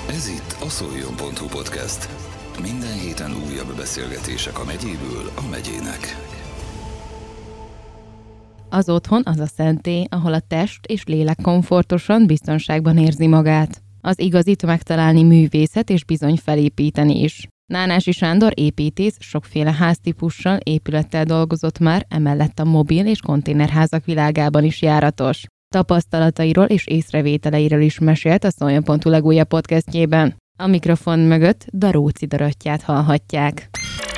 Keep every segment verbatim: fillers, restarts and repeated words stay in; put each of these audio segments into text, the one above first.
Ez itt a szóljon pont hu podcast. Minden héten újabb beszélgetések a megyéből a megyének. Az otthon az a szentély, ahol a test és lélek komfortosan, biztonságban érzi magát. Az igazit megtalálni művészet és bizony felépíteni is. Nánási Sándor építész sokféle háztípussal, épülettel dolgozott már, emellett a mobil és konténerházak világában is járatos. Tapasztalatairól és észrevételeiről is mesélt a szóljon pont hu legújabb podcastjében. A mikrofon mögött Daróci Dorottyát hallhatják.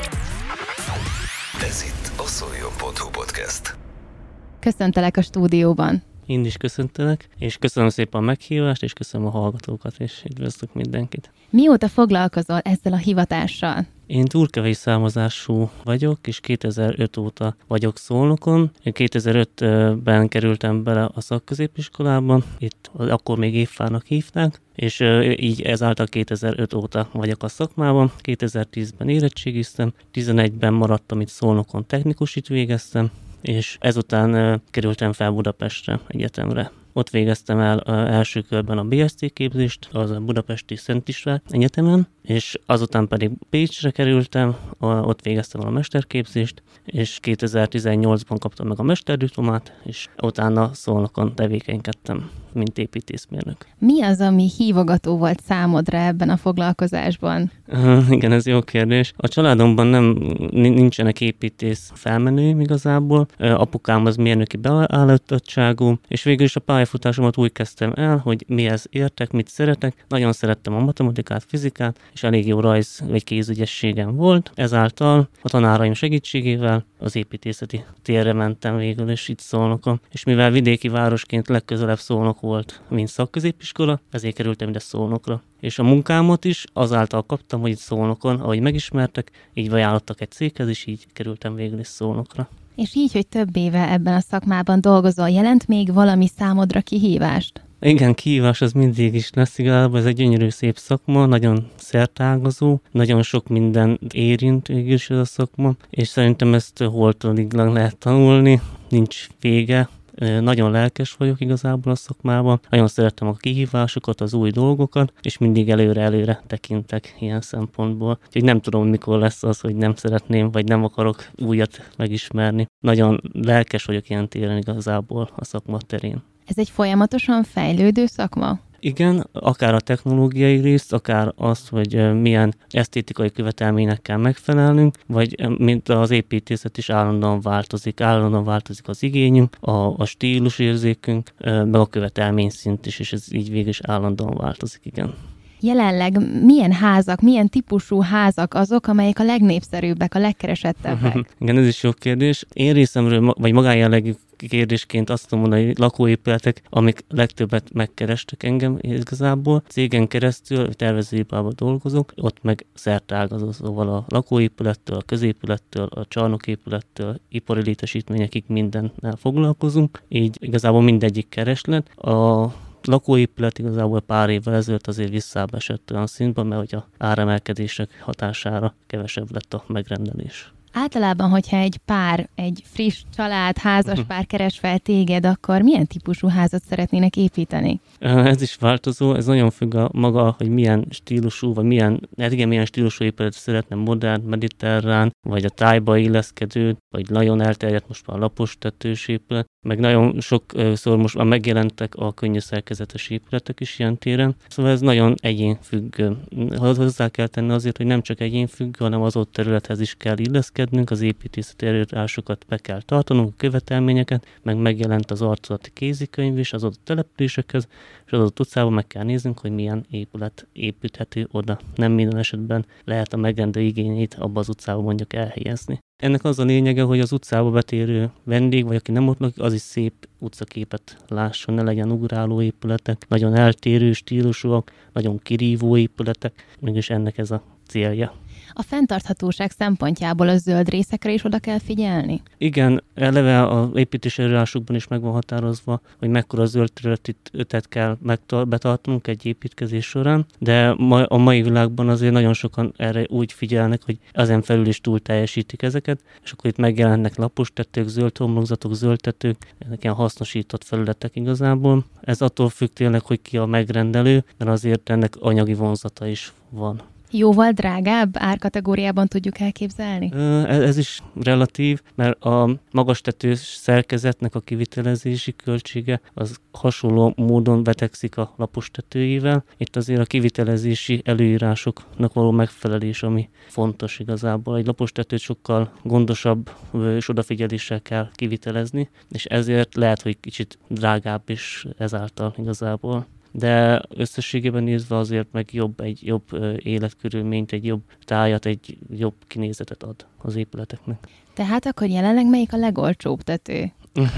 Ez itt a szóljon pont hu podcast. Köszöntelek a stúdióban. Én is köszöntelek, és köszönöm szépen a meghívást, és köszönöm a hallgatókat, és üdvözlök mindenkit. Mióta foglalkozol ezzel a hivatással? Én turkevei származású vagyok, és kétezer-öt óta vagyok Szolnokon. kétezer-ötben kerültem bele a szakközépiskolába, itt akkor még évfának hívták, és így ezáltal kétezer-öt óta vagyok a szakmában. kétezer-tízben érettségiztem, tizenegyben maradtam itt Szolnokon, technikusit végeztem, és ezután kerültem fel Budapestre egyetemre. Ott végeztem el első körben a bé es cé képzést, az a Budapesti Szent István Egyetemen, és azután pedig Pécsre kerültem, ott végeztem el a mesterképzést, és kétezer-tizennyolcban kaptam meg a mesterdiplomát, és utána Szolnokon tevékenykedtem, mint építészmérnök. Mi az, ami hívogató volt számodra ebben a foglalkozásban? Uh, igen, ez jó kérdés. A családomban nem nincsenek építész felmenőim igazából. Uh, apukám az mérnöki beállítottságú, és végül is a pályafutásomat úgy kezdtem el, hogy mihez értek, mit szeretek. Nagyon szerettem a matematikát, fizikát, és elég jó rajz vagy kézügyességem volt. Ezáltal a tanáraim segítségével az építészeti térre mentem végül, és itt Szolnokon. És mivel vidéki városként legközelebb Szolnok volt, mint szakközépiskola, ezért kerültem ide Szolnokra. És a munkámat is azáltal kaptam, hogy itt Szolnokon, ahogy megismertek, így ajánlottak egy céghez, és így kerültem végül is Szolnokra. És így, hogy több éve ebben a szakmában dolgozol, jelent még valami számodra kihívást? Igen, kihívás az mindig is lesz igazából, ez egy gyönyörű szép szakma, nagyon szertágazó, nagyon sok minden érint végül is ez a szakma, és szerintem ezt holtonig lehet tanulni, nincs vége. Nagyon lelkes vagyok igazából a szakmában, nagyon szeretem a kihívásokat, az új dolgokat, és mindig előre-előre tekintek ilyen szempontból. Úgyhogy nem tudom, mikor lesz az, hogy nem szeretném, vagy nem akarok újat megismerni. Nagyon lelkes vagyok ilyen téren igazából a szakma terén. Ez egy folyamatosan fejlődő szakma? Igen, akár a technológiai részt, akár azt, hogy milyen esztétikai követelménynek kell megfelelnünk, vagy mint az építészet is állandóan változik, állandóan változik az igényünk, a, a stílusérzékünk, meg a követelményszint is, és ez így végül is állandóan változik, igen. Jelenleg milyen házak, milyen típusú házak azok, amelyek a legnépszerűbbek, a legkeresettebbek? Igen, ez is jó kérdés. Én részemről, vagy magájellegű kérdésként azt tudom mondani, hogy lakóépületek, amik legtöbbet megkerestek engem igazából. Cégen keresztül, tervezőiparban dolgozok, ott meg szerteágazó, szóval a lakóépülettől, a középülettől, a csarnoképülettől, ipari létesítményekig mindennel foglalkozunk. Így igazából mindegyik kereslet. A lakóépület igazából pár évvel ezelőtt azért visszább esett olyan szintben, mert hogy a áremelkedések hatására kevesebb lett a megrendelés. Általában, hogyha egy pár, egy friss család, házas pár keres fel téged, akkor milyen típusú házat szeretnének építeni? Ez is változó, ez nagyon függ a maga, hogy milyen stílusú, vagy milyen, hát igen, milyen stílusú épület szeretne, modern, mediterrán, vagy a tájba illeszkedő, vagy nagyon elterjedt most már a lapos tetős épület, meg nagyon sokszor most már megjelentek a könnyű szerkezetes épületek is ilyen téren. Szóval ez nagyon egyénfüggő. Hozzá kell tenni azért, hogy nem csak egyénfüggő, hanem az ott területhez is kell illeszkednünk, az építészeti előírásokat be kell tartanunk, a követelményeket, meg megjelent az arculati kézikönyv is az adott településekhez, és az adott utcában meg kell néznünk, hogy milyen épület építhető oda. Nem minden esetben lehet a megrendelő igényeit abba az utcába mondjuk elhelyezni. Ennek az a lényege, hogy az utcába betérő vendég, vagy aki nem ott lakik, az is szép utcaképet lásson, ne legyen ugráló épületek, nagyon eltérő stílusúak, nagyon kirívó épületek, mégis ennek ez a célja. A fenntarthatóság szempontjából a zöld részekre is oda kell figyelni? Igen, eleve az építési előírásokban is meg van határozva, hogy mekkora zöld területet kell megtar- betartanunk egy építkezés során, de ma, a mai világban azért nagyon sokan erre úgy figyelnek, hogy ezen felül is túl teljesítik ezeket, és akkor itt megjelennek lapostetők, zöld homlokzatok, zöld tetők, ezek ilyen hasznosított felületek igazából. Ez attól függ tényleg, hogy ki a megrendelő, mert azért ennek anyagi vonzata is van. Jóval drágább árkategóriában tudjuk elképzelni? Ez is relatív, mert a magas tetős szerkezetnek a kivitelezési költsége az hasonló módon vetekszik a lapos tetőjével. Itt azért a kivitelezési előírásoknak való megfelelés, ami fontos igazából. Egy lapos tetőt sokkal gondosabb és odafigyeléssel kell kivitelezni, és ezért lehet, hogy kicsit drágább is ezáltal igazából. De összességében nézve azért meg jobb egy jobb életkörülményt, egy jobb tájat, egy jobb kinézetet ad az épületeknek. Tehát akkor jelenleg melyik a legolcsóbb tető?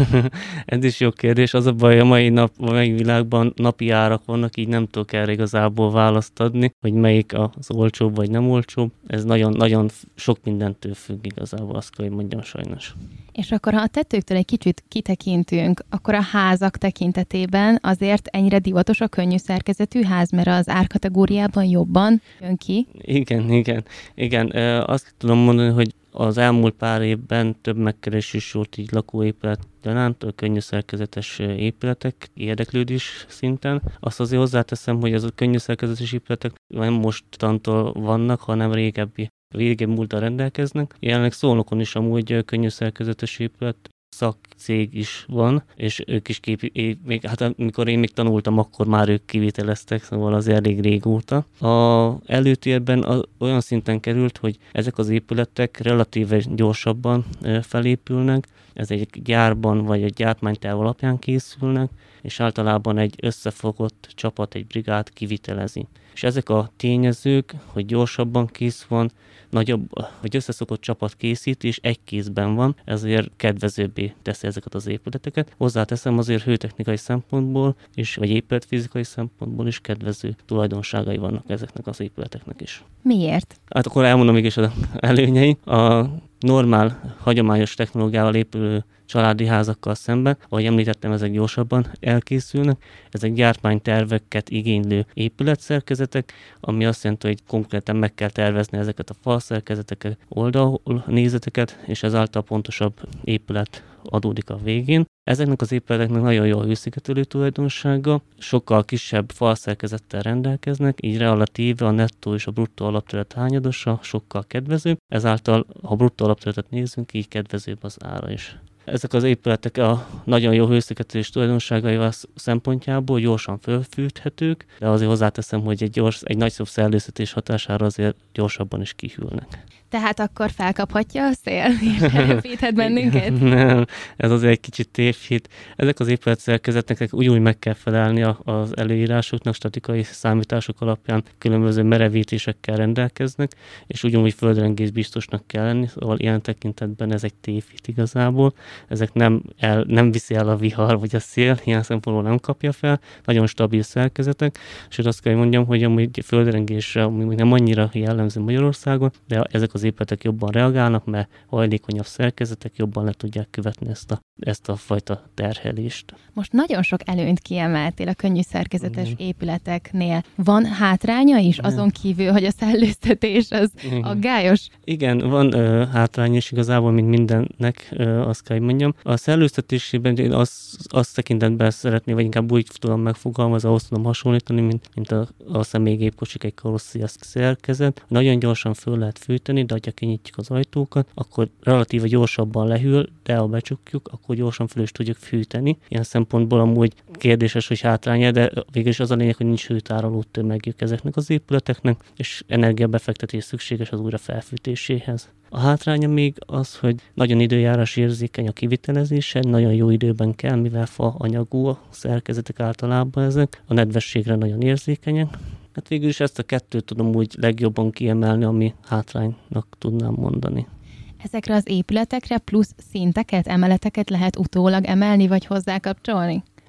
Ez is jó kérdés. Az a baj, a mai, nap, a mai világban napi árak vannak, így nem tudok erre igazából választ adni, hogy melyik az olcsóbb vagy nem olcsóbb. Ez nagyon, nagyon sok mindentől függ igazából, azt kell, hogy mondjam sajnos. És akkor, ha a tetőktől egy kicsit kitekintünk, akkor a házak tekintetében azért ennyire divatos a könnyű szerkezetű ház, mert az árkategóriában jobban jön ki. Igen, igen, igen. Azt tudom mondani, hogy az elmúlt pár évben több megkeresés volt így lakóépület gyanánt, a könnyű szerkezetes épületek érdeklődés szinten. Azt azért hozzáteszem, hogy az a könnyű szerkezetes épületek nem mostantól vannak, hanem régebbi régebb múltal rendelkeznek. Jelenleg Szolnokon is amúgy könnyű szerkezetes épület szakcég is van, és ők is képi, még, hát amikor én még tanultam, akkor már ők kiviteleztek, szóval az elég régóta. A előtérben az olyan szinten került, hogy ezek az épületek relatíve gyorsabban felépülnek, ez egy gyárban vagy egy gyártmányterv alapján készülnek, és általában egy összefogott csapat, egy brigád kivitelezi. És ezek a tényezők, hogy gyorsabban kész van, nagyobb, hogy összeszokott csapat készít, és egy kézben van, ezért kedvezőbbé teszi ezeket az épületeket. Hozzáteszem, azért hőtechnikai szempontból, és, vagy épületfizikai szempontból is kedvező tulajdonságai vannak ezeknek az épületeknek is. Miért? Hát akkor elmondom mégis az előnyei. A normál, hagyományos technológiával épülő családi házakkal szemben, ahogy említettem, ezek gyorsabban elkészülnek. Ezek gyártmányterveket igénylő épületszerkezetek, ami azt jelenti, hogy konkrétan meg kell tervezni ezeket a falszerkezeteket, oldalnézeteket, és ezáltal pontosabb épület adódik a végén. Ezeknek az épületeknek nagyon jó a hőszigetelő tulajdonsága, sokkal kisebb falszerkezettel rendelkeznek, így relatíve a nettó és a bruttó alapterület hányadosa sokkal kedvezőbb, ezáltal, ha bruttó alapterületet nézzünk, így kedvezőbb az ára is. Ezek az épületek a nagyon jó hőszigetelés tulajdonságaival szempontjából gyorsan fölfűthetők, de azért hozzáteszem, hogy egy, gyors, egy nagyobb szellőztetés hatására azért gyorsabban is kihűlnek. Tehát akkor felkaphatja a szél, és elrepíthet bennünket? Nem, ez azért egy kicsit tévhit. Ezek az épületszerkezetnek úgy, úgy meg kell felelni az előírásoknak, statikai számítások alapján különböző merevítésekkel rendelkeznek, és ugyanúgy földrengés biztosnak kell lenni, szóval ilyen tekintetben ez egy tévhit igazából. Ezek nem, el, nem viszi el a vihar vagy a szél, ilyen szempontból nem kapja fel, nagyon stabil szerkezetek, és azt kell, hogy mondjam, hogy amúgy földrengésre ami nem annyira jellemző Magyarországon, de ezek az épületek jobban reagálnak, mert hajlékonyabb szerkezetek jobban le tudják követni ezt a, ezt a fajta terhelést. Most nagyon sok előnyt kiemeltél a könnyű szerkezetes Igen. épületeknél. Van hátránya is, Igen. azon kívül, hogy a szellőztetés az Igen. aggályos? Igen, van ö, hátránya is igazából, mint mindennek, ö, azt kell, hogy mondjam. A szellőztetésében én azt, azt tekintetben szeretném, vagy inkább úgy tudom megfogalmazni, ahhoz tudom hasonlítani, mint, mint a, a személygépkocsik egy karosszéria szerkezet. Nagyon gyorsan föl lehet fűteni, de ha kinyitjuk az ajtókat, akkor relatíve gyorsabban lehűl, de ha becsukjuk, akkor gyorsan föl is tudjuk fűteni. Ilyen szempontból amúgy kérdéses, hogy hátránya, de végül is az a lényeg, hogy nincs hőtároló tömegük ezeknek az épületeknek, és energiabefektetés szükséges az újra felfűtéséhez. A hátránya még az, hogy nagyon időjárás érzékeny a kivitelezése, nagyon jó időben kell, mivel fa anyagú a szerkezetek általában ezek, a nedvességre nagyon érzékenyek. Hát végül is ezt a kettőt tudom úgy legjobban kiemelni, ami hátránynak tudnám mondani. Ezekre az épületekre plusz szinteket, emeleteket lehet utólag emelni, vagy hozzákapcsolni?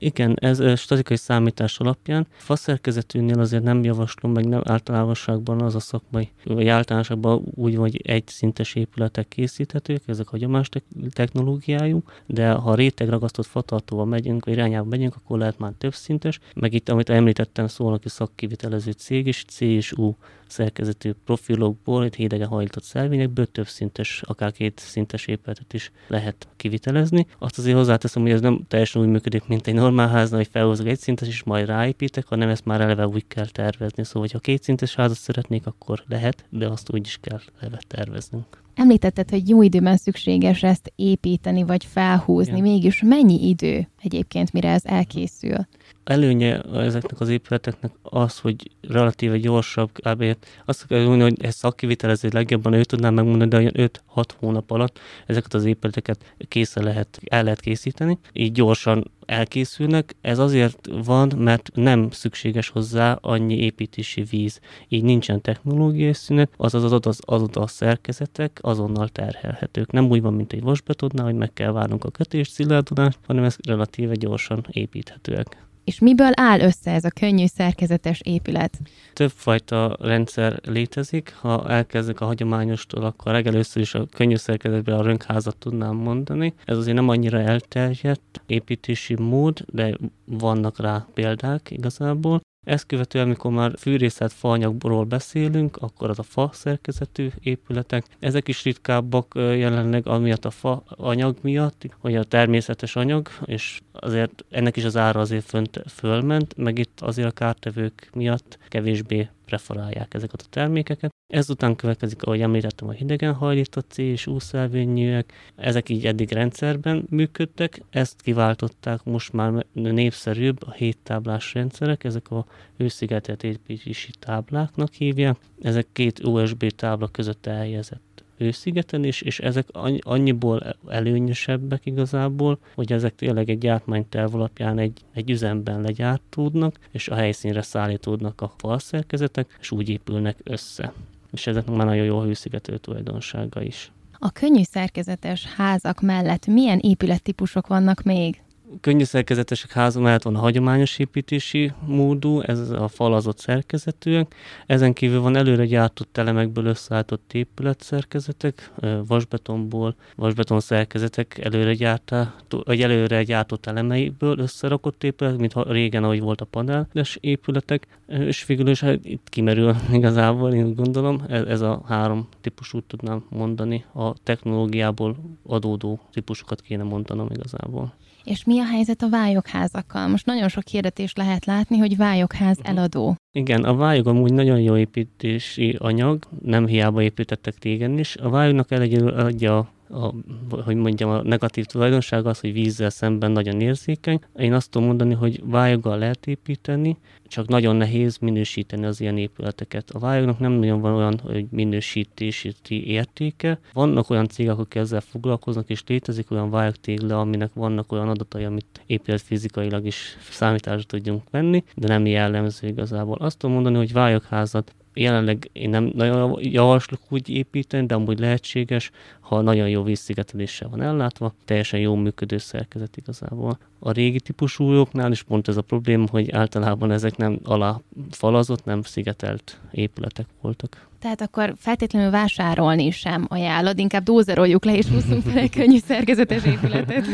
Igen, ez statikai számítás alapján. Faszerkezetűnél azért nem javaslom, meg nem általánosságban az a szakmai, vagy általánosságban úgy, hogy egy szintes épületek készíthetők, ezek hagyományos technológiájú, de ha rétegragasztott fatartóval megyünk, vagy irányába megyünk, akkor lehet már több szintes. Meg itt, amit említettem, Szolnoki szakkivitelező cég is, C és U szerkezetű profilokból, itt hidegen hajlított szelvényekből több szintes, akár két szintes épületet is lehet kivitelezni. Azt azért hozzáteszem, hogy ez nem teljesen úgy működik, mint egy normál háznál, hogy felhozok egy szintes, és majd ráépítek, hanem ezt már eleve úgy kell tervezni. Szóval, ha két szintes házat szeretnék, akkor lehet, de azt úgy is kell eleve terveznünk. Említetted, hogy jó időben szükséges ezt építeni, vagy felhúzni. Igen. Mégis mennyi idő egyébként, mire ez elkészül? Előnye ezeknek az épületeknek az, hogy relatíve gyorsabb, kb. Azt kell mondani, hogy ez szakkivitelező legjobban ő tudnám megmondani, de olyan öt-hat hónap alatt ezeket az épületeket készen lehet, el lehet készíteni. Így gyorsan elkészülnek. Ez azért van, mert nem szükséges hozzá annyi építési víz. Így nincsen technológiai szünet, azaz az az, az, az a szerkezetek azonnal terhelhetők. Nem úgy van, mint egy vasbetonnál, hogy meg kell várnunk a kötés szilárdulást, hanem ez relatíve gyorsan építhetőek. És miből áll össze ez a könnyű szerkezetes épület? Többfajta rendszer létezik. Ha elkezdek a hagyományostól, akkor legelőször is a könnyű szerkezetben a rönkházat tudnám mondani. Ez azért nem annyira elterjedt építési mód, de vannak rá példák igazából. Ezt követően, amikor már fűrészelt faanyagról beszélünk, akkor az a fa szerkezetű épületek. Ezek is ritkábbak jelenleg, amiatt a fa anyag miatt, hogy a természetes anyag, és azért ennek is az ára azért fönt, fölment, meg itt azért a kártevők miatt kevésbé preferálják ezeket a termékeket. Ezután következik, ahogy említettem, a hidegen hajlított C és U szelvényűek. Ezek így eddig rendszerben működtek, ezt kiváltották most már népszerűbb a héttáblás rendszerek, ezek a hőszigetelt építési tábláknak hívják. Ezek két u es bé tábla között elhelyezett hőszigetelés, és ezek annyiból előnyösebbek igazából, hogy ezek tényleg egy gyártmányterv alapján egy, egy üzemben legyártódnak, és a helyszínre szállítódnak a falszerkezetek, és úgy épülnek össze. És ezeknek már nagyon jó hőszigetelő tulajdonsága is. A könnyű szerkezetes házak mellett milyen épülettípusok vannak még? Könnyű szerkezetesek háza mellett van a hagyományos építési módú, ez a falazott szerkezetűek. Ezen kívül van előre gyártott elemekből összeállított épületszerkezetek, vasbetonból, vasbeton szerkezetek előre, gyártá, vagy előre gyártott elemeiből összerakott épületek, mint régen, ahogy volt a paneles épületek, és végül is hát itt kimerül igazából, én gondolom, ez a három típusút tudnám mondani, a technológiából adódó típusokat kéne mondanom igazából. És mi a helyzet a vályogházakkal? Most nagyon sok hirdetést lehet látni, hogy vályogház eladó. Igen, a vályog amúgy nagyon jó építési anyag, nem hiába építettek régen is. A vályognak eladja a A, hogy mondjam, a negatív tulajdonság az, hogy vízzel szemben nagyon érzékeny. Én azt tudom mondani, hogy vályoggal lehet építeni, csak nagyon nehéz minősíteni az ilyen épületeket. A vályognak nem nagyon van olyan hogy minősítési értéke. Vannak olyan cégek, akik ezzel foglalkoznak, és létezik olyan vályogtégla, aminek vannak olyan adatai, amit épületfizikailag is számításra tudjunk venni, de nem jellemző igazából. Azt tudom mondani, hogy vályogházat jelenleg én nem nagyon javaslok úgy építeni, de amúgy lehetséges, ha nagyon jó vízszigeteléssel van ellátva, teljesen jó működő szerkezet igazából. A régi típusújóknál is pont ez a probléma, hogy általában ezek nem aláfalazott, nem szigetelt épületek voltak. Tehát akkor feltétlenül vásárolni sem ajánlod, inkább dózeroljuk le és húzzunk fel egy könnyű szerkezetes épületet.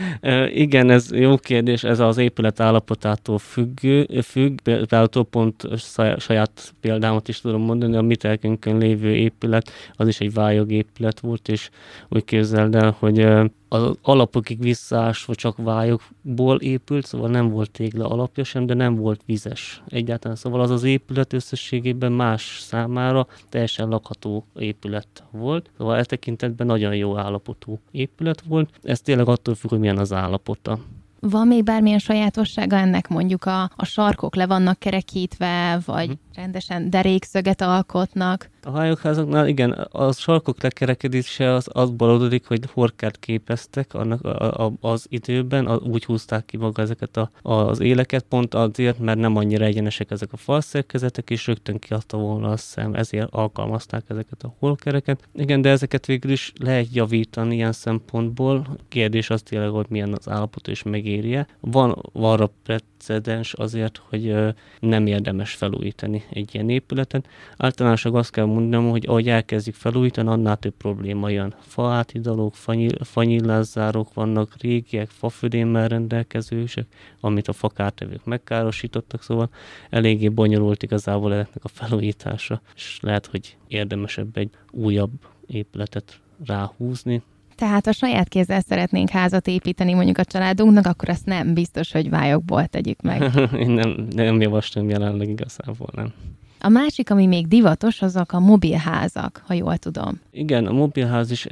Igen, ez jó kérdés, ez az épület állapotától függő, függ, például pont saját példámat is tudom mondani, a mi telkünkön lévő épület, az is egy vályogépület volt, és úgy képzeld el, hogy az alapokig visszaásva csak vályogból épült, szóval nem volt tégla alapja sem, de nem volt vizes egyáltalán. Szóval az az épület összességében más számára teljesen lakható épület volt. Szóval e tekintetben nagyon jó állapotú épület volt. Ez tényleg attól függ, hogy milyen az állapota. Van még bármilyen sajátossága ennek, mondjuk a, a sarkok le vannak kerekítve, vagy hmm. rendesen derékszöget alkotnak? A vályogházaknál igen, a sarkok lekerekedése az azból adódik, hogy horkát képeztek annak a, a, az időben, a, úgy húzták ki maga ezeket a, az éleket, pont azért, mert nem annyira egyenesek ezek a falszerkezetek, és rögtön kiadta volna a szem, ezért alkalmazták ezeket a holkereket. Igen, de ezeket végül is lehet javítani ilyen szempontból. Kérdés az tényleg, hogy milyen az állapot, és meg megérje. Van arra precedens azért, hogy nem érdemes felújítani egy ilyen épületet. Általánosan azt kell mondanom, hogy ahogy elkezdjük felújítani, annál több probléma jön. Faátidalók, fanyillászárók vannak, régiek, fafödémmel rendelkezősek, amit a fakártevők megkárosítottak, szóval eléggé bonyolult igazából ezeknek a felújítása, és lehet, hogy érdemesebb egy újabb épületet ráhúzni. Tehát ha saját kézzel szeretnénk házat építeni mondjuk a családunknak, akkor azt nem biztos, hogy vályokból tegyük meg. Én nem, nem javaslom jelenleg igazából, nem. A másik, ami még divatos, azok a mobilházak, ha jól tudom. Igen, a mobilház is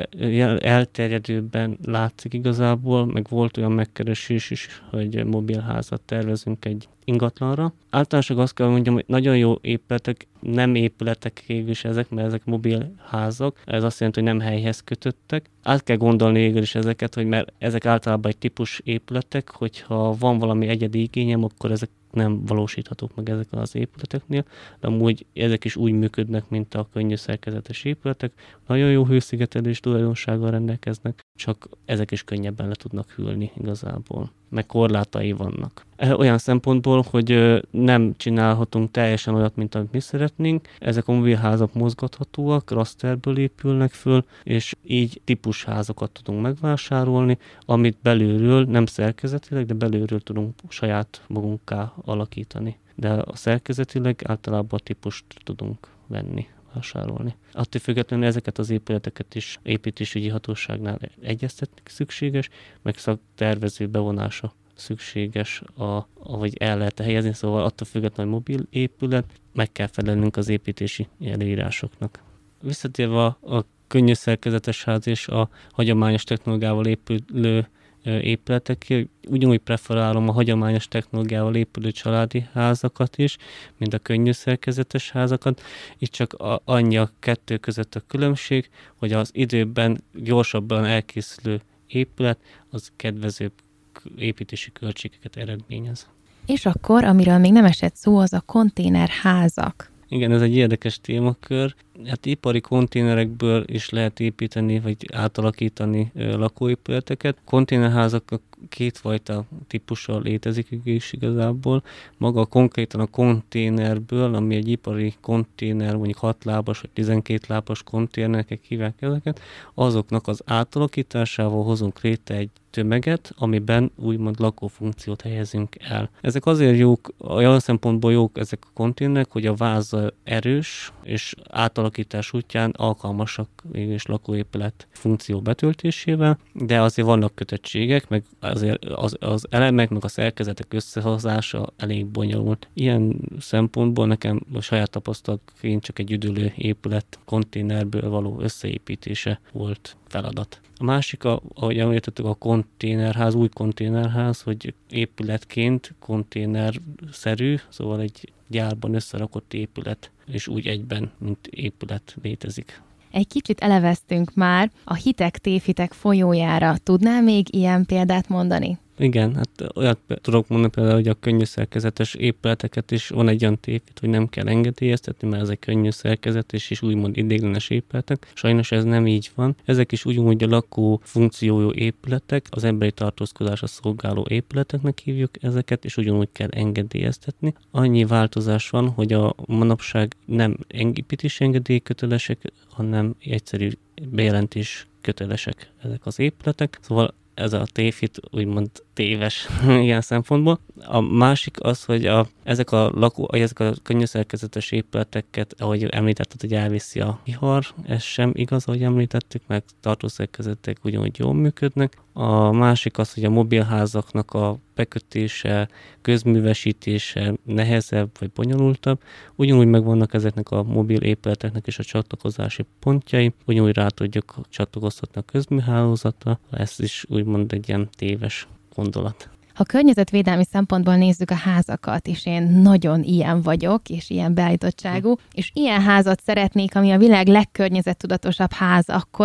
elterjedőben látszik igazából, meg volt olyan megkeresés is, hogy mobilházat tervezünk egy ingatlanra. Általánosan azt kell mondjam, hogy nagyon jó épületek, nem épületek végül is ezek, mert ezek mobilházak. Ez azt jelenti, hogy nem helyhez kötöttek. Át kell gondolni végül is ezeket, hogy mert ezek általában egy típus épületek, hogyha van valami egyedi igényem, akkor ezek nem valósíthatók meg ezek az épületeknél, de amúgy ezek is úgy működnek, mint a könnyű szerkezetes épületek. Nagyon jó hőszigetelés tulajdonsággal rendelkeznek, csak ezek is könnyebben le tudnak hűlni igazából, meg korlátai vannak. Olyan szempontból, hogy nem csinálhatunk teljesen olyat, mint amit mi szeretnénk. Ezek a mobilházak mozgathatóak, rasterből épülnek föl, és így típusházakat tudunk megvásárolni, amit belülről, nem szerkezetileg, de belülről tudunk saját magunká alakítani. De a szerkezetileg általában a típust tudunk venni, vásárolni. Attól függetlenül ezeket az épületeket is építésügyi hatóságnál egyeztetni szükséges, meg szaktervező bevonása szükséges, a, ahogy el lehet helyezni, szóval attól függetlenül mobil épület, meg kell felelnünk az építési előírásoknak. Visszatérve a, a könnyű szerkezetes ház és a hagyományos technológiával épülő épületek, ugyanúgy preferálom a hagyományos technológiával épülő családi házakat is, mint a könnyű szerkezetes házakat. Itt csak a, annyi a kettő között a különbség, hogy az időben gyorsabban elkészülő épület az kedvezőbb építési költségeket eredményez. És akkor, amiről még nem esett szó, az a konténerházak. Igen, ez egy érdekes témakör. Hát ipari konténerekből is lehet építeni, vagy átalakítani ö, lakóépületeket. Konténerházak kétfajta típussal létezik is igazából. Maga konkrétan a konténerből, ami egy ipari konténer, mondjuk hat lábas vagy tizenkét lábas konténernek hívják ezeket, azoknak az átalakításával hozunk létre egy tömeget, amiben úgymond lakófunkciót helyezünk el. Ezek azért jók, olyan szempontból jók ezek a konténerek, hogy a váza erős, és átalakítás útján alkalmasak és lakóépület funkció betöltésével, de azért vannak kötöttségek, meg azért az, az elemek, meg a szerkezetek összehozása elég bonyolult. Ilyen szempontból nekem a saját tapasztalatként csak egy üdülő épület konténerből való összeépítése volt feladat. A másik, a, ahogy említettük, a konténerház, új konténerház, hogy épületként konténerszerű, szóval egy gyárban összerakott épület, és úgy egyben, mint épület létezik. Egy kicsit eleveztünk már a hitek, tévhitek folyójára. Tudnál még ilyen példát mondani? Igen, hát olyat tudok mondani például, hogy a könnyű szerkezetes épületeket is van egy olyan tévhit, hogy nem kell engedélyeztetni, mert ezek könnyű szerkezetes és úgymond ideiglenes épületek. Sajnos ez nem így van. Ezek is ugyanúgy a lakó funkciójú épületek, az emberi tartózkodásra szolgáló épületeknek hívjuk ezeket, és ugyanúgy kell engedélyeztetni. Annyi változás van, hogy a manapság nem építési engedélykötelesek, hanem egyszerű bejelentés kötelesek ezek az épületek. Szóval ez a tévhit úgymond téves ilyen szempontból. A másik az, hogy a, ezek a lakó, ezek a könnyű szerkezetes épületeket, ahogy említetted, hogy elviszi a vihar, ez sem igaz, ahogy említettük, meg tartószerkezetek ugyanúgy jól működnek. A másik az, hogy a mobilházaknak a bekötése, közművesítése nehezebb vagy bonyolultabb. Ugyanúgy megvannak ezeknek a mobil épületeknek is a csatlakozási pontjai, ugyanúgy rá tudjuk csatlakoztatni a közműhálózatra. Ez is úgymond egy ilyen téves gondolat. Ha környezetvédelmi szempontból nézzük a házakat, és én nagyon ilyen vagyok, és ilyen beállítottságú, és ilyen házat szeretnék, ami a világ legkörnyezettudatosabb ház, akkor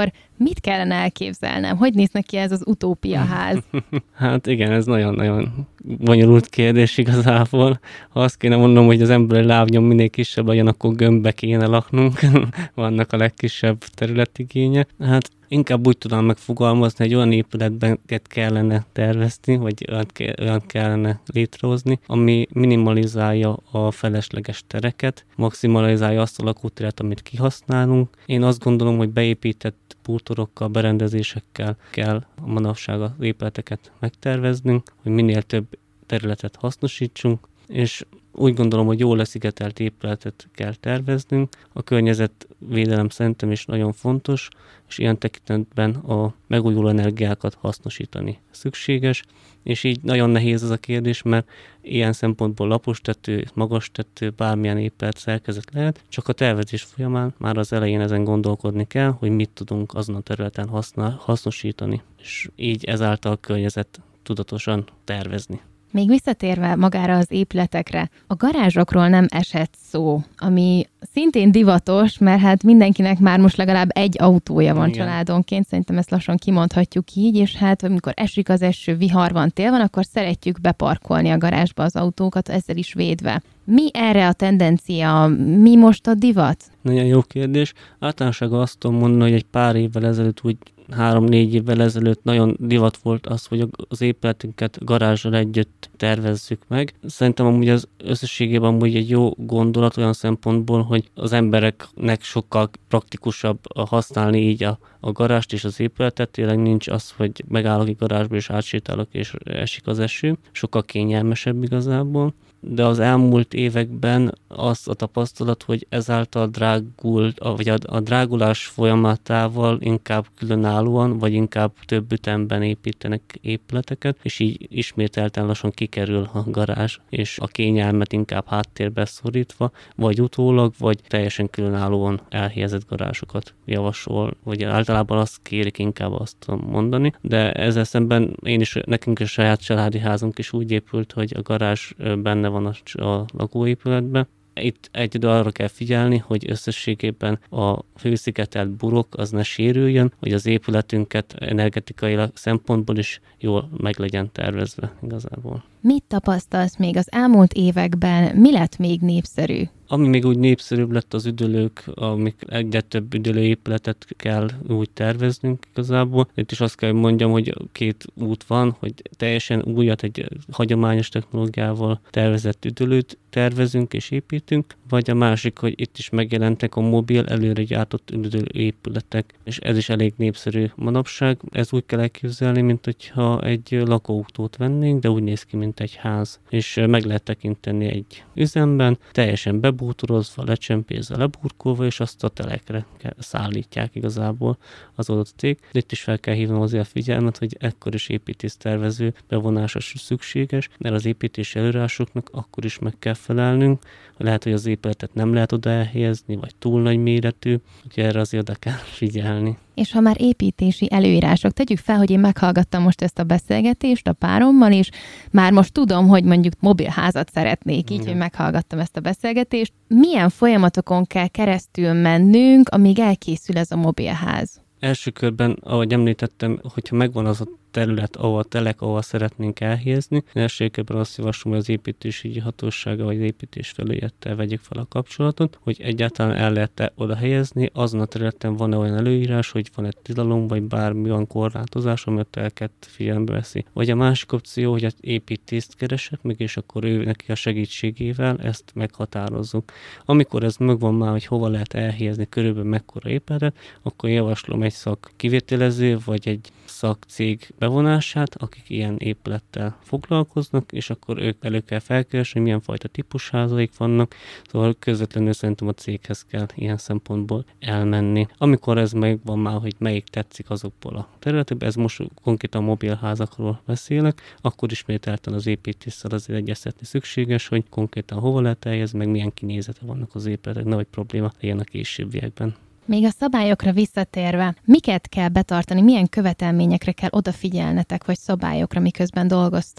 Mit kellene elképzelnem? Hogy néz neki ez az utópiaház? Hát igen, ez nagyon-nagyon bonyolult kérdés igazából. Ha azt kéne mondom, hogy az emberi lábnyom minél kisebb legyen, akkor gömbbe kéne laknunk. Vannak a legkisebb területigénye. Hát inkább úgy tudom megfogalmazni, hogy olyan épületeket kellene tervezni, vagy olyan kellene létrehozni, ami minimalizálja a felesleges tereket, maximalizálja azt a lakóteret, amit kihasználunk. Én azt gondolom, hogy beépített bútorokkal, berendezésekkel kell a manapság az épületeket megterveznünk, hogy minél több területet hasznosítsunk, és úgy gondolom, hogy jól leszigetelt épületet kell terveznünk. A környezetvédelem szerintem is nagyon fontos, és ilyen tekintetben a megújuló energiákat hasznosítani szükséges, és így nagyon nehéz ez a kérdés, mert ilyen szempontból lapos tető, magas tető, bármilyen épület szerkezet lehet, csak a tervezés folyamán már az elején ezen gondolkodni kell, hogy mit tudunk azon a területen használ, hasznosítani, és így ezáltal környezet tudatosan tervezni. Még visszatérve magára az épületekre, a garázsokról nem esett szó, ami szintén divatos, mert hát mindenkinek már most legalább egy autója van. Igen. Családonként, szerintem ezt lassan kimondhatjuk így, és hát amikor esik az eső, vihar van, tél van, akkor szeretjük beparkolni a garázsba az autókat, ezzel is védve. Mi erre a tendencia? Mi most a divat? Nagyon jó kérdés. Általánosságban azt tudom mondani, hogy egy pár évvel ezelőtt, úgy három-négy évvel ezelőtt nagyon divat volt az, hogy az épületünket garázsal együtt tervezzük meg. Szerintem amúgy az összességében amúgy egy jó gondolat olyan szempontból, hogy az embereknek sokkal praktikusabb használni így a, a garást és az épületet. Tényleg nincs az, hogy megállok egy garázsba és átsétálok és esik az eső. Sokkal kényelmesebb igazából. De az elmúlt években az a tapasztalat, hogy ezáltal drágult, vagy a, a drágulás folyamatával inkább különállóan, vagy inkább több ütemben építenek épületeket, és így ismételten lassan kikerül a garázs, és a kényelmet inkább háttérbe szorítva, vagy utólag, vagy teljesen különállóan elhelyezett garázsokat javasol, vagy általában azt kérik, inkább azt mondani, de ezzel szemben én is, nekünk a saját családi házunk is úgy épült, hogy a garázs benne van a, a lakóépületben. Itt egyedül arra kell figyelni, hogy összességében a hőszigetelt burok az ne sérüljön, hogy az épületünket energetikai szempontból is jól meg legyen tervezve igazából. Mit tapasztalsz még az elmúlt években? Mi lett még népszerű? Ami még úgy népszerűbb lett az üdülők, amik egyre több üdülőépületet kell úgy terveznünk igazából. Itt is azt kell, hogy mondjam, hogy két út van, hogy teljesen újat, egy hagyományos technológiával tervezett üdülőt tervezünk és építünk, vagy a másik, hogy itt is megjelentek a mobil, előre gyártott üdülőépületek, és ez is elég népszerű manapság. Ez úgy kell elképzelni, mint hogyha egy lakóautót vennénk, de úgy néz ki, mint egy ház, és meg lehet tekinteni egy üzemben, teljesen bebútorozva, lecsempézve, leburkolva, és azt a telekre szállítják igazából az adott cég. De itt is fel kell hívnom azért a figyelmet, hogy ekkor is építésztervező bevonása szükséges, mert az építési előírásoknak akkor is meg kell felelnünk. Lehet, hogy az épületet nem lehet oda elhelyezni, vagy túl nagy méretű, úgyhogy erre azért oda kell figyelni. És ha már építési előírások, tegyük fel, hogy én meghallgattam most ezt a beszélgetést a párommal, és már most tudom, hogy mondjuk mobilházat szeretnék, így, Igen. hogy meghallgattam ezt a beszélgetést. Milyen folyamatokon kell keresztül mennünk, amíg elkészül ez a mobilház? Első körben, ahogy említettem, hogyha megvan az a terület, ahol telek, ahol szeretnénk elhelyezni. Első körben azt javaslom, hogy az építésügyi hatósága vagy az építés felügyelettel vegyük fel a kapcsolatot, hogy egyáltalán el lehet oda helyezni, azon a területen van-e olyan előírás, hogy van egy tilalom, vagy bármi olyan korlátozás, amit telket figyelembe veszi. Vagy a másik opció, hogy az építészt keresek meg, és akkor ő neki a segítségével ezt meghatározzuk. Amikor ez megvan már, hogy hova lehet elhelyezni, körülbelül mekkora épületet, akkor javaslom egy szak kivételező, vagy egy szakcég bevonását, akik ilyen épülettel foglalkoznak, és akkor ők elő kell felkeresni, hogy milyen fajta típusházaik vannak, szóval közvetlenül szerintem a céghez kell ilyen szempontból elmenni. Amikor ez megvan már, hogy melyik tetszik azokból a területekben, ez most konkrétan mobilházakról beszélek, akkor ismételten az építéssel azért egyeztetni szükséges, hogy konkrétan hova lehet elhelyezni, meg milyen kinézete vannak az épületek, nehogy probléma legyen a későbbiekben. Még a szabályokra visszatérve, miket kell betartani, milyen követelményekre kell odafigyelnetek, vagy szabályokra, miközben dolgoztok?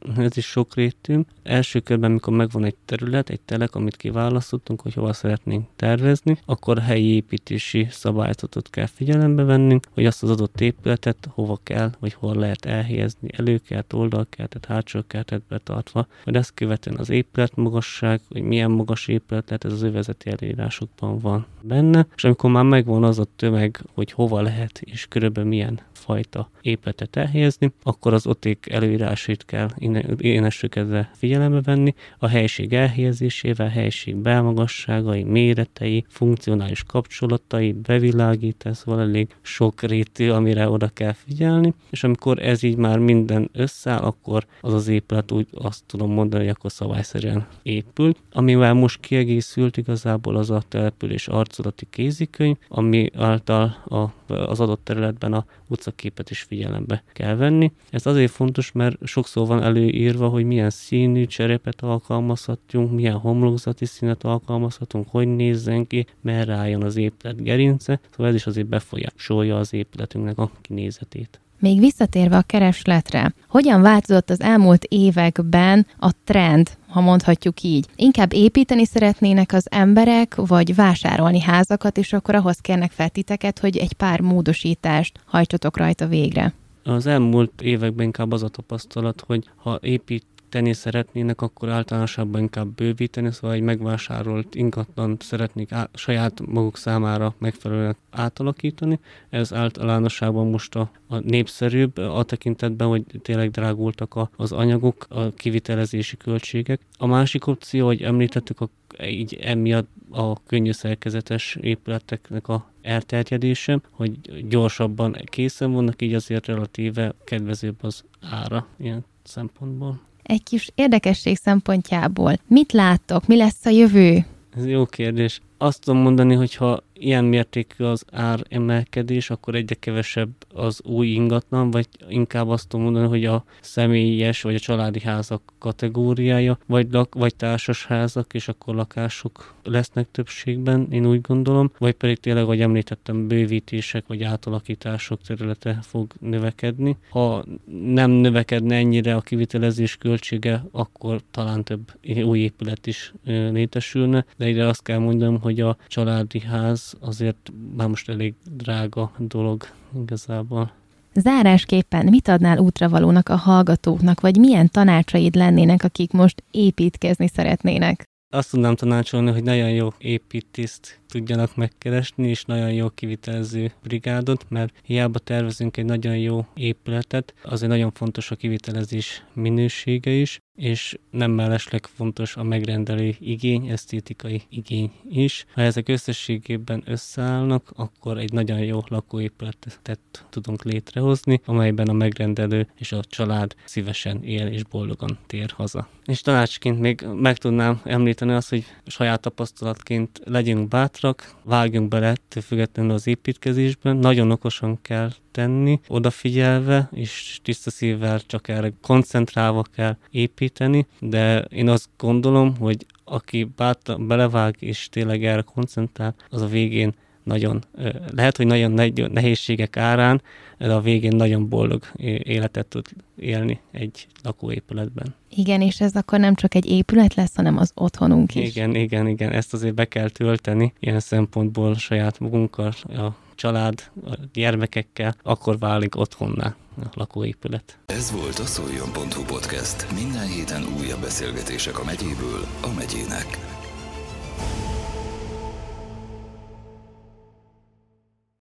ez is sokrétű. Első körben, amikor megvan egy terület, egy telek, amit kiválasztottunk, hogy hova szeretnénk tervezni, akkor helyi építési szabályzatot kell figyelembe vennünk, hogy azt az adott épületet hova kell, vagy hol lehet elhelyezni, előkert, oldalkertet, hátsókertet betartva, hogy ezt követően az épületmagasság, hogy milyen magas épület lehet, ez az övezeti előírásokban van benne, és amikor már megvan az a tömeg, hogy hova lehet, és körülbelül milyen fajta épületet elhelyezni, akkor az oték előírásait kell innenső kezdve figyelembe venni, a helység elhelyezésével, helység belmagasságai, méretei, funkcionális kapcsolatai, bevilágítás, szóval elég sok rétű, amire oda kell figyelni, és amikor ez így már minden összeáll, akkor az az épület úgy azt tudom mondani, hogy akkor szabályszerűen épül. Amivel most kiegészült igazából az a település arculati kézikönyv, ami által a, az adott területben a utcaképet is figyelembe kell venni. Ez azért fontos, mert sokszor van előírva, hogy milyen színű cserépet alkalmazhatunk, milyen homlokzati színet alkalmazhatunk, hogy nézzen ki, merre álljon az épület gerince, szóval ez is azért befolyásolja az épületünknek a kinézetét. Még visszatérve a keresletre, hogyan változott az elmúlt években a trend, ha mondhatjuk így? Inkább építeni szeretnének az emberek, vagy vásárolni házakat, és akkor ahhoz kérnek fel titeket, hogy egy pár módosítást hajtsatok rajta végre? Az elmúlt években inkább az a tapasztalat, hogy ha épít tenni szeretnének, akkor általánosabban inkább bővíteni, szóval egy megvásárolt ingatlant szeretnék á, saját maguk számára megfelelően átalakítani. Ez általánosságban most a, a népszerűbb a tekintetben, hogy tényleg drágultak a, az anyagok, a kivitelezési költségek. A másik opció, hogy említettük, a, így emiatt a könnyű szerkezetes épületeknek a elterjedése, hogy gyorsabban készen vannak, így azért relatíve kedvezőbb az ára ilyen szempontból. Egy kis érdekesség szempontjából mit láttok, mi lesz a jövő? Ez jó kérdés. Azt tudom mondani, hogy ha ilyen mértékű az ár emelkedés, akkor egyre kevesebb az új ingatlan, vagy inkább azt tudom mondani, hogy a személyes vagy a családi házak kategóriája, vagy, lak, vagy társas házak, és akkor lakások lesznek többségben, én úgy gondolom, vagy pedig tényleg, ahogy említettem, bővítések vagy átalakítások területe fog növekedni. Ha nem növekedne ennyire a kivitelezés költsége, akkor talán több új épület is létesülne, de ide azt kell mondanom, hogy a családi ház azért már most elég drága dolog igazából. Zárásképpen mit adnál útravalónak a hallgatóknak, vagy milyen tanácsaid lennének, akik most építkezni szeretnének? Azt tudnám tanácsolni, hogy nagyon jó építészt tudjanak megkeresni, és nagyon jó kivitelező brigádot, mert hiába tervezünk egy nagyon jó épületet, azért nagyon fontos a kivitelezés minősége is, és nem mellesleg fontos a megrendelő igény, esztétikai igény is. Ha ezek összességében összeállnak, akkor egy nagyon jó lakóépületet tudunk létrehozni, amelyben a megrendelő és a család szívesen él és boldogan tér haza. És tanácsként még meg tudnám említeni azt, hogy saját tapasztalatként legyünk bátrak, vágjunk bele ettől függetlenül az építkezésben, nagyon okosan kell tenni, odafigyelve, és tiszta szívvel csak erre koncentrálva kell építeni, de én azt gondolom, hogy aki bátran belevág és tényleg erre koncentrál, az a végén nagyon, lehet, hogy nagyon nehézségek árán, de a végén nagyon boldog életet tud élni egy lakóépületben. Igen, és ez akkor nem csak egy épület lesz, hanem az otthonunk is. Igen, igen, igen, ezt azért be kell tölteni, ilyen szempontból saját magunkkal, a család, a gyermekekkel, akkor válik otthonná a lakóépület. Ez volt a szoljon pont hu podcast. Minden héten újabb beszélgetések a megyéből a megyének.